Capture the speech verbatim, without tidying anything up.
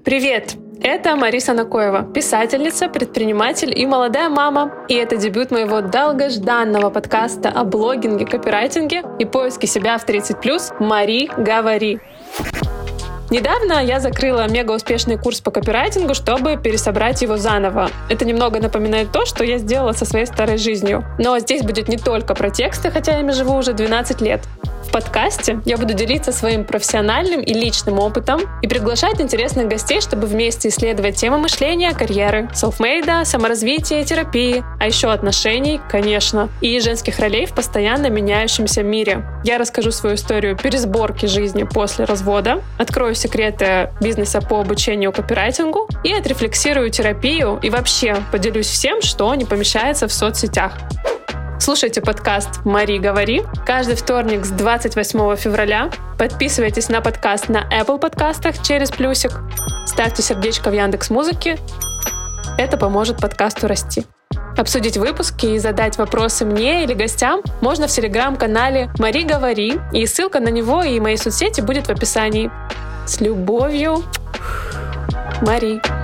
Привет! Это Мариса Накоева, писательница, предприниматель и молодая мама. И это дебют моего долгожданного подкаста о блогинге, копирайтинге и поиске себя в тридцать плюс «Мари, говори». Недавно я закрыла мега-успешный курс по копирайтингу, чтобы пересобрать его заново. Это немного напоминает то, что я сделала со своей старой жизнью. Но здесь будет не только про тексты, хотя я ими живу уже двенадцать лет. В подкасте я буду делиться своим профессиональным и личным опытом и приглашать интересных гостей, чтобы вместе исследовать темы мышления, карьеры, селфмейда, саморазвития, терапии, а еще отношений, конечно, и женских ролей в постоянно меняющемся мире. Я расскажу свою историю пересборки жизни после развода, открою секреты бизнеса по обучению копирайтингу и отрефлексирую терапию и вообще поделюсь всем, что не помещается в соцсетях. Слушайте подкаст «Мари, говори» каждый вторник с двадцать восьмого февраля. Подписывайтесь на подкаст на Apple подкастах через плюсик. Ставьте сердечко в Яндекс.Музыке. Это поможет подкасту расти. Обсудить выпуски и задать вопросы мне или гостям можно в телеграм-канале «Мари, говори», и ссылка на него и мои соцсети будет в описании. С любовью, Мари.